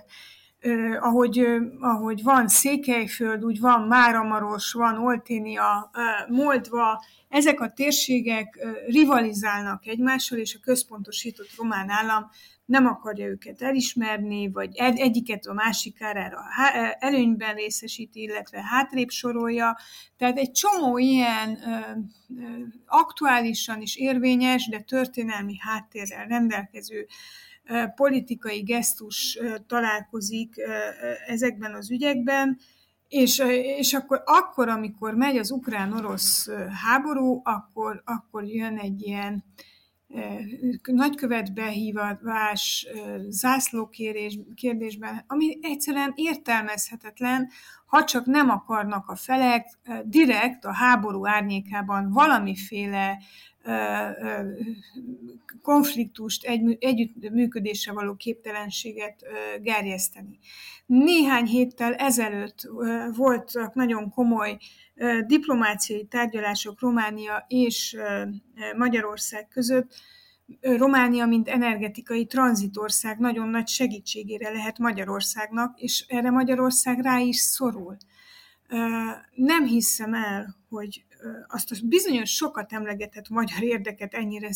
Ahogy van Székelyföld, úgy van Máramaros, van Olténia, Moldva, ezek a térségek rivalizálnak egymással, és a központosított román állam nem akarja őket elismerni, vagy egyiket a másik árára előnyben részesíti, illetve hátrébb sorolja. Tehát egy csomó ilyen aktuálisan is érvényes, de történelmi háttérrel rendelkező politikai gesztus találkozik ezekben az ügyekben, És akkor, amikor megy az ukrán-orosz háború, akkor jön egy ilyen nagykövet behívás zászlókérdésben, ami egyszerűen értelmezhetetlen, ha csak nem akarnak a felek direkt a háború árnyékában valamiféle konfliktust, együttműködésre való képtelenséget gerjeszteni. Néhány héttel ezelőtt voltak nagyon komoly diplomáciai tárgyalások Románia és Magyarország között. Románia, mint energetikai tranzitország nagyon nagy segítségére lehet Magyarországnak, és erre Magyarország rá is szorul. Nem hiszem el, hogy azt a bizonyos sokat emlegetett magyar érdeket ennyire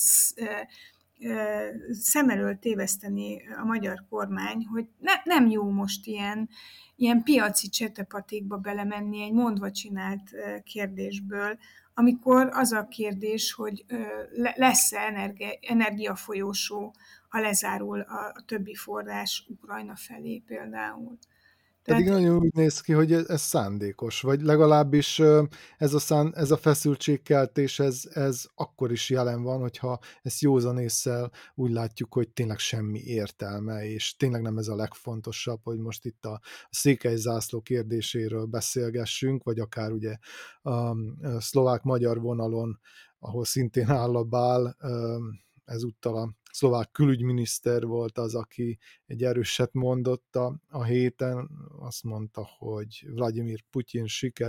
szem elől téveszteni a magyar kormány, hogy nem jó most ilyen piaci csetepatékba belemenni egy mondva csinált kérdésből, amikor az a kérdés, hogy lesz-e energiafolyósó, ha lezárul a többi forrás Ukrajna felé például. Pedig nagyon úgy néz ki, hogy ez szándékos, vagy legalábbis ez a feszültségkeltés, ez akkor is jelen van, hogyha ezt józan ésszel úgy látjuk, hogy tényleg semmi értelme, és tényleg nem ez a legfontosabb, hogy most itt a székely zászló kérdéséről beszélgessünk, vagy akár ugye a szlovák-magyar vonalon, ahol szintén áll a bál, ezúttal a szlovák külügyminiszter volt az, aki egy erőset mondott a héten, azt mondta, hogy Vladimir Putyin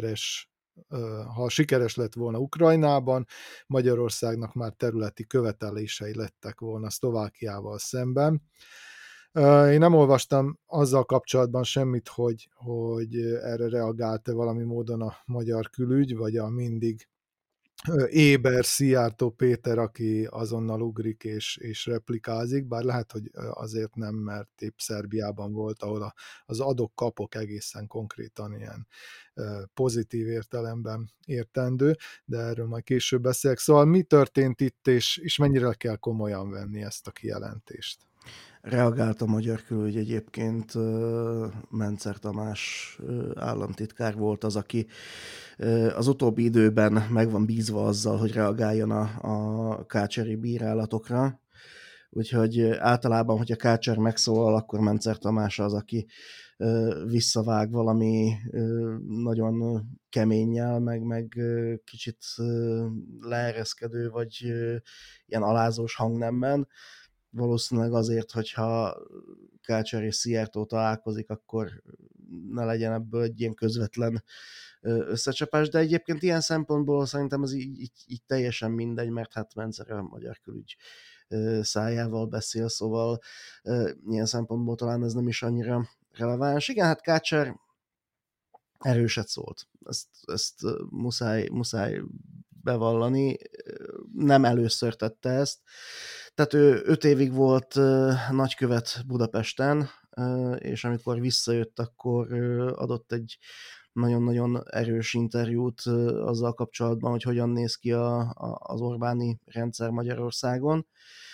ha sikeres lett volna Ukrajnában, Magyarországnak már területi követelései lettek volna Szlovákiával szemben. Én nem olvastam azzal kapcsolatban semmit, hogy erre reagált-e valami módon a magyar külügy, vagy a mindig éber Szijjártó Péter, aki azonnal ugrik és replikázik, bár lehet, hogy azért nem, mert épp Szerbiában volt, ahol az adok-kapok egészen konkrétan ilyen pozitív értelemben értendő, de erről majd később beszélek. Szóval mi történt itt, és mennyire kell komolyan venni ezt a kijelentést? Reagált a magyar külügy egyébként, Mencer Tamás államtitkár volt az, aki az utóbbi időben meg van bízva azzal, hogy reagáljon a kácseri bírálatokra. Úgyhogy általában, hogyha Kácser megszólal, akkor Mencer Tamás az, aki visszavág valami nagyon keménnyel, meg kicsit leereszkedő, vagy ilyen alázós hangnemben. Valószínűleg azért, hogyha Kácser és Szijjártó találkozik, akkor ne legyen ebből egy ilyen közvetlen összecsapás, de egyébként ilyen szempontból szerintem ez így teljesen mindegy, mert hát Mencer a magyar külügy szájával beszél, szóval ilyen szempontból talán ez nem is annyira releváns. Igen, hát Kácser erőset szólt. Ezt muszáj bevallani. Nem először tette ezt. Tehát ő 5 évig volt nagykövet Budapesten, és amikor visszajött, akkor adott egy nagyon-nagyon erős interjút azzal kapcsolatban, hogy hogyan néz ki az Orbáni rendszer Magyarországon.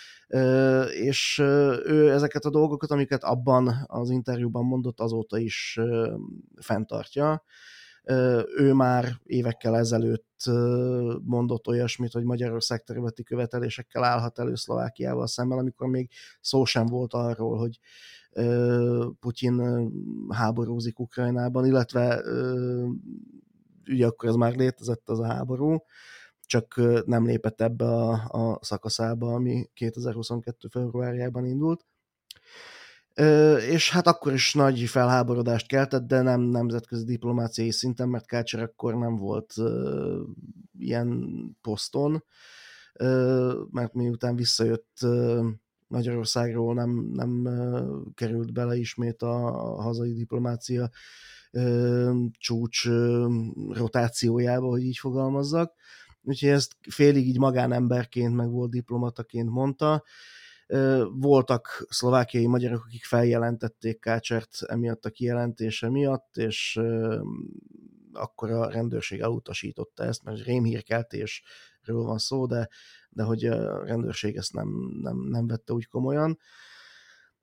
És ő ezeket a dolgokat, amiket abban az interjúban mondott, azóta is fenntartja. Ő már évekkel ezelőtt mondott olyasmit, hogy Magyarország területi követelésekkel állhat elő Szlovákiával szemben, amikor még szó sem volt arról, hogy Putyin háborúzik Ukrajnában, illetve ugye akkor ez már létezett az a háború, csak nem lépett ebbe a szakaszába, ami 2022. februárjában indult. És hát akkor is nagy felháborodást keltett, de nem nemzetközi diplomáciai szinten, mert Kácser akkor nem volt ilyen poszton, mert miután visszajött Magyarországról, nem került bele ismét a hazai diplomácia csúcs rotációjába, hogy így fogalmazzak. Úgyhogy ezt félig így magánemberként, meg volt diplomataként mondta. Voltak szlovákiai magyarok, akik feljelentették Kácsert emiatt a kijelentése miatt, és akkor a rendőrség elutasította ezt, mert rémhírkeltésről van szó, de hogy a rendőrség ezt nem vette úgy komolyan.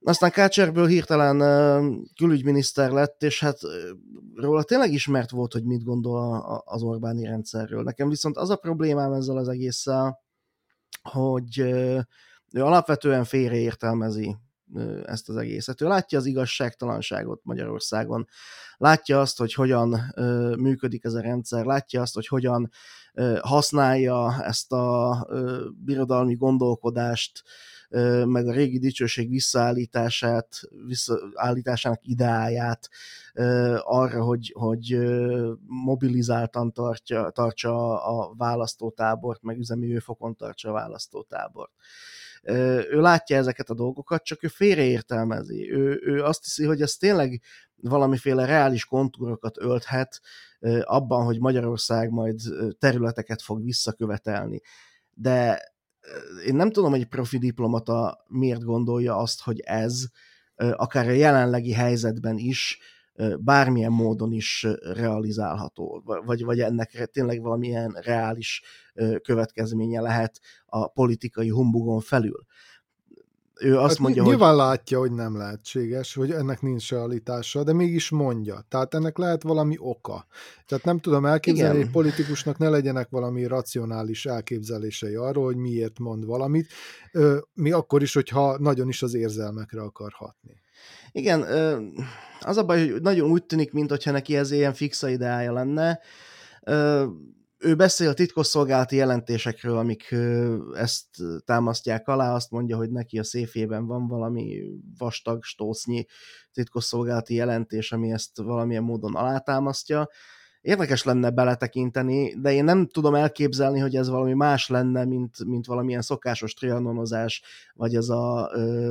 Aztán Kácserből hirtelen külügyminiszter lett, és hát róla tényleg ismert volt, hogy mit gondol az Orbáni rendszerről. Nekem viszont az a problémám ezzel az egésszel, hogy ő alapvetően félreértelmezi ezt az egészet. Ő látja az igazságtalanságot Magyarországon, látja azt, hogy hogyan működik ez a rendszer, látja azt, hogy hogyan használja ezt a birodalmi gondolkodást, meg a régi dicsőség visszaállításának ideáját arra, hogy mobilizáltan tartsa a választótábort, meg üzeműfokon tartsa a választótábort. Ő látja ezeket a dolgokat, csak ő félreértelmezi. Ő azt hiszi, hogy ez tényleg valamiféle reális kontúrokat ölthet abban, hogy Magyarország majd területeket fog visszakövetelni. De én nem tudom, hogy egy profi diplomata miért gondolja azt, hogy ez akár a jelenlegi helyzetben is bármilyen módon is realizálható, vagy ennek tényleg valamilyen reális következménye lehet a politikai humbugon felül. Ő azt mondja, nyilván látja, hogy nem lehetséges, hogy ennek nincs realitása, de mégis mondja. Tehát ennek lehet valami oka. Tehát nem tudom elképzelni, hogy politikusnak ne legyenek valami racionális elképzelései arról, hogy miért mond valamit, mi akkor is, hogyha nagyon is az érzelmekre akar hatni. Igen, az a baj, hogy nagyon úgy tűnik, mintha neki ez ilyen fixa ideája lenne. Ő beszél titkosszolgálati jelentésekről, amik ezt támasztják alá, azt mondja, hogy neki a széfjében van valami vastag stócnyi titkosszolgálati jelentés, ami ezt valamilyen módon alátámasztja. Érdekes lenne beletekinteni, de én nem tudom elképzelni, hogy ez valami más lenne, mint valamilyen szokásos trianonozás, vagy ez a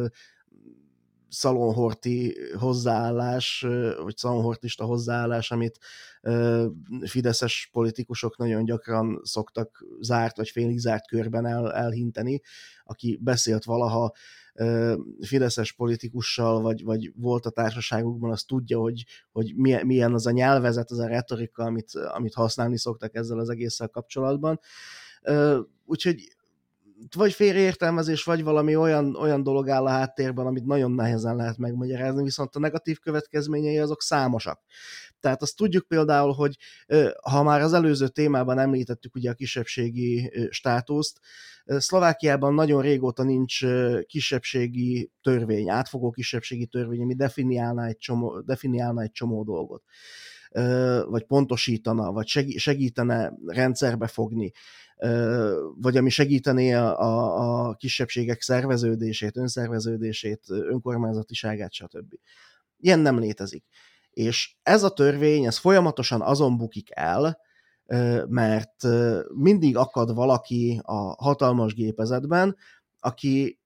szalonhorti hozzáállás, vagy szalonhortista hozzáállás, amit fideszes politikusok nagyon gyakran szoktak zárt vagy félig zárt körben elhinteni, aki beszélt valaha fideszes politikussal, vagy volt a társaságukban, az tudja, hogy milyen az a nyelvezet, az a retorika, amit használni szoktak ezzel az egésszel kapcsolatban. Úgyhogy vagy félreértelmezés, vagy valami olyan dolog áll a háttérben, amit nagyon nehezen lehet megmagyarázni, viszont a negatív következményei azok számosak. Tehát azt tudjuk például, hogy ha már az előző témában említettük ugye a kisebbségi státuszt, Szlovákiában nagyon régóta nincs kisebbségi törvény, átfogó kisebbségi törvény, ami definiálna egy csomó dolgot, vagy pontosítana, vagy segítene rendszerbe fogni, vagy ami segítené a kisebbségek szerveződését, önszerveződését, önkormányzatiságát, stb. Ilyen nem létezik. És ez a törvény, ez folyamatosan azon bukik el, mert mindig akad valaki a hatalmas gépezetben, aki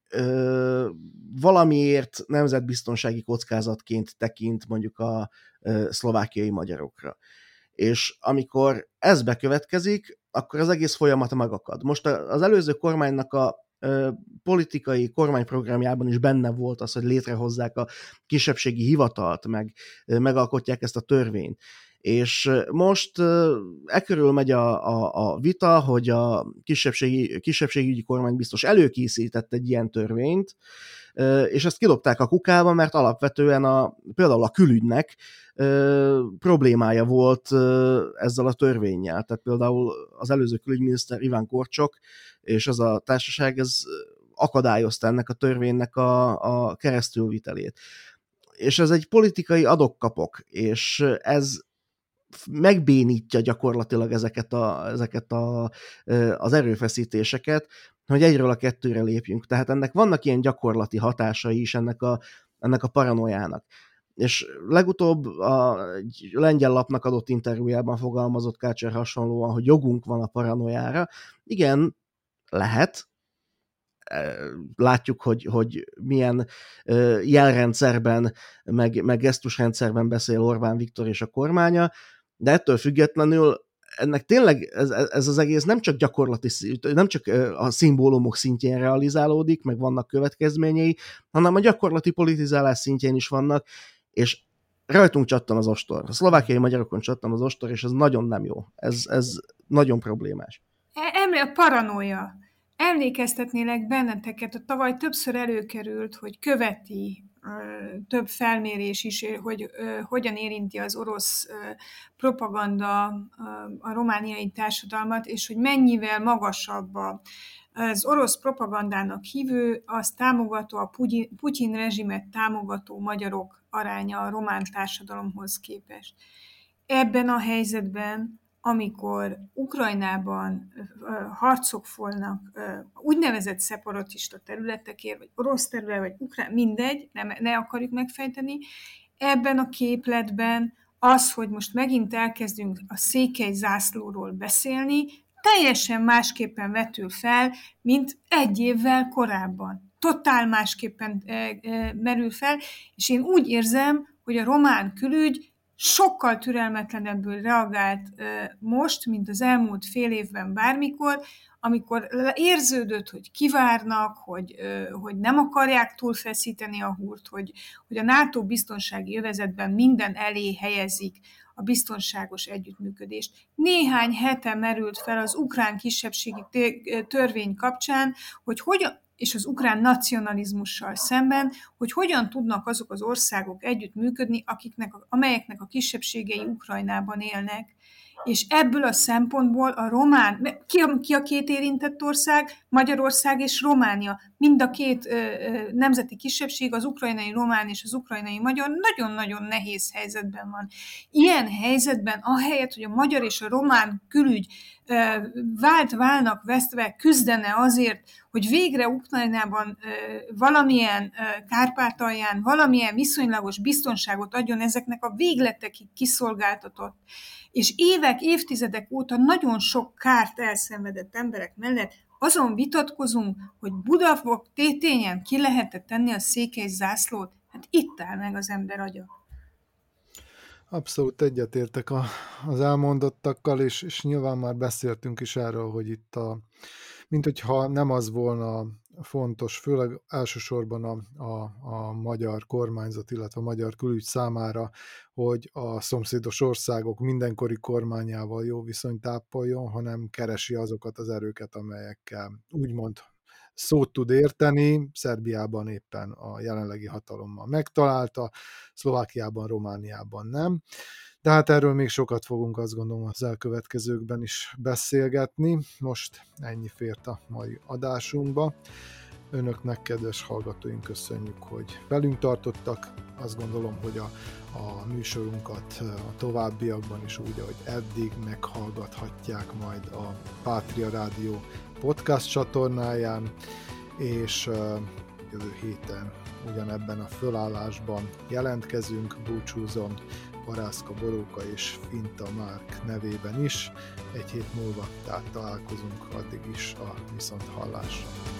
valamiért nemzetbiztonsági kockázatként tekint mondjuk a szlovákiai magyarokra. És amikor ez bekövetkezik, akkor az egész folyamat megakad. Most az előző kormánynak a politikai kormányprogramjában is benne volt az, hogy létrehozzák a kisebbségi hivatalt, meg megalkotják ezt a törvényt. És most körül megy a vita, hogy a kisebbségügyi kormány biztos előkészített egy ilyen törvényt, és ezt kidobták a kukába, mert alapvetően például a külügynek problémája volt ezzel a törvénnyel. Tehát például az előző külügyminiszter Iván Korcsok és az a társaság ez akadályozta ennek a törvénynek a keresztülvitelét. És ez egy politikai adok-kapok, és ez megbénítja gyakorlatilag ezeket az erőfeszítéseket, hogy egyről a kettőre lépjünk. Tehát ennek vannak ilyen gyakorlati hatásai is ennek a paranoiának. És legutóbb egy lengyel lapnak adott interjújában fogalmazott Kácser hasonlóan, hogy jogunk van a paranoiára. Igen, lehet. Látjuk, hogy milyen jelrendszerben, meg gesztusrendszerben beszél Orbán Viktor és a kormánya, de ettől függetlenül ennek tényleg ez az egész nem csak gyakorlati, nem csak a szimbólumok szintjén realizálódik, meg vannak következményei, hanem a gyakorlati politizálás szintjén is vannak, és rajtunk csattan az ostor. A szlovákiai magyarokon csattan az ostor, és ez nagyon nem jó. Ez nagyon problémás. A paranoia. Emlékeztetnélek benneteket, a tavaly többször előkerült, hogy követi több felmérés is, hogy hogyan érinti az orosz propaganda a romániai társadalmat, és hogy mennyivel magasabb az orosz propagandának hívő, az támogató, a Putyin rezsimet támogató magyarok aránya a román társadalomhoz képest. Ebben a helyzetben, amikor Ukrajnában harcok folynak úgynevezett szeparatista területekért, vagy orosz terület, vagy ukrán, mindegy, ne akarjuk megfejteni, ebben a képletben az, hogy most megint elkezdünk a székely zászlóról beszélni, teljesen másképpen vetül fel, mint egy évvel korábban. Totál másképpen merül fel, és én úgy érzem, hogy a román külügy sokkal türelmetlenebbül reagált most, mint az elmúlt fél évben bármikor, amikor érződött, hogy kivárnak, hogy nem akarják túlfeszíteni a húrt, hogy a NATO biztonsági övezetben minden elé helyezik a biztonságos együttműködést. Néhány hete merült fel az ukrán kisebbségi törvény kapcsán, hogy hogyan, és az ukrán nacionalizmussal szemben, hogy hogyan tudnak azok az országok együttműködni, amelyeknek a kisebbségei Ukrajnában élnek. És ebből a szempontból a román, ki a két érintett ország? Magyarország és Románia. Mind a két nemzeti kisebbség, az ukrajnai román és az ukrajnai magyar nagyon-nagyon nehéz helyzetben van. Ilyen helyzetben ahelyett, hogy a magyar és a román külügy válnak vesztve küzdene azért, hogy végre Ukrajnában valamilyen Kárpátalján, valamilyen viszonylagos biztonságot adjon ezeknek a végletekig kiszolgáltatott, és évek, évtizedek óta nagyon sok kárt elszenvedett emberek mellett azon vitatkozunk, hogy Budafok tétényen ki lehet tenni a székely zászlót, hát itt áll meg az ember agya. Abszolút egyetértek az elmondottakkal, és nyilván már beszéltünk is erről, hogy itt mint hogyha nem az volna fontos, főleg elsősorban a magyar kormányzat, illetve a magyar külügy számára, hogy a szomszédos országok mindenkori kormányával jó viszonyt ápoljon, hanem keresi azokat az erőket, amelyekkel úgymond szót tud érteni. Szerbiában éppen a jelenlegi hatalommal megtalálta, Szlovákiában, Romániában nem. De hát erről még sokat fogunk, azt gondolom, az elkövetkezőkben is beszélgetni. Most ennyi fért a mai adásunkba. Önöknek, kedves hallgatóink, köszönjük, hogy velünk tartottak. Azt gondolom, hogy a műsorunkat a továbbiakban is úgy, ahogy eddig meghallgathatják majd a Pátria Rádió podcast csatornáján, és jövő héten ugyanebben a fölállásban jelentkezünk. Búcsúzom Parászka Boróka és Finta Márk nevében is. Egy hét múlva találkozunk, addig is a viszonthallásra.